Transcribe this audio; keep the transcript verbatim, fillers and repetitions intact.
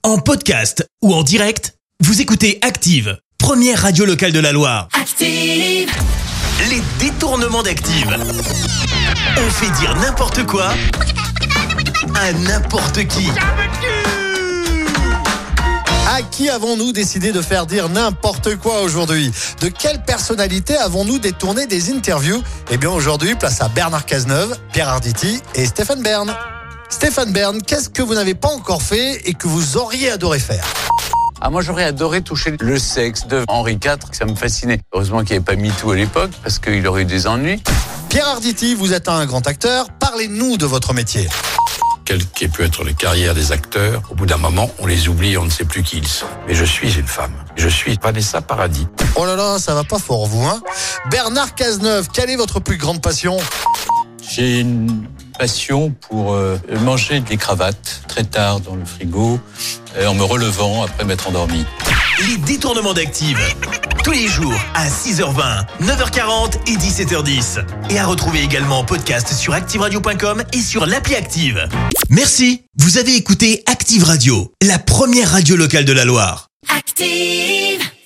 En podcast ou en direct, vous écoutez Active, première radio locale de la Loire. Active. Les détournements d'Active. On fait dire n'importe quoi à n'importe qui. À qui avons-nous décidé de faire dire n'importe quoi aujourd'hui? De quelle personnalité avons-nous détourné des interviews? Eh bien aujourd'hui, place à Bernard Cazeneuve, Pierre Arditi et Stéphane Bern. Stéphane Bern, qu'est-ce que vous n'avez pas encore fait et que vous auriez adoré faire? Ah, moi, j'aurais adoré toucher le sexe de Henri quatre, ça me fascinait. Heureusement qu'il n'y avait pas MeToo à l'époque, parce qu'il aurait eu des ennuis. Pierre Arditi, vous êtes un grand acteur. Parlez-nous de votre métier. Quelle qu'ait pu être la carrière des acteurs, au bout d'un moment, on les oublie, on ne sait plus qui ils sont. Mais je suis une femme. Je suis Vanessa Paradis. Oh là là, ça va pas fort, vous, hein? Bernard Cazeneuve, quelle est votre plus grande passion? J'ai une passion pour euh, manger des cravates très tard dans le frigo, euh, en me relevant après m'être endormi. Les détournements d'Active. Tous les jours à six heures vingt, neuf heures quarante et dix-sept heures dix. Et à retrouver également en podcast sur active radio point com et sur l'appli Active. Merci. Vous avez écouté Active Radio, la première radio locale de la Loire. Active.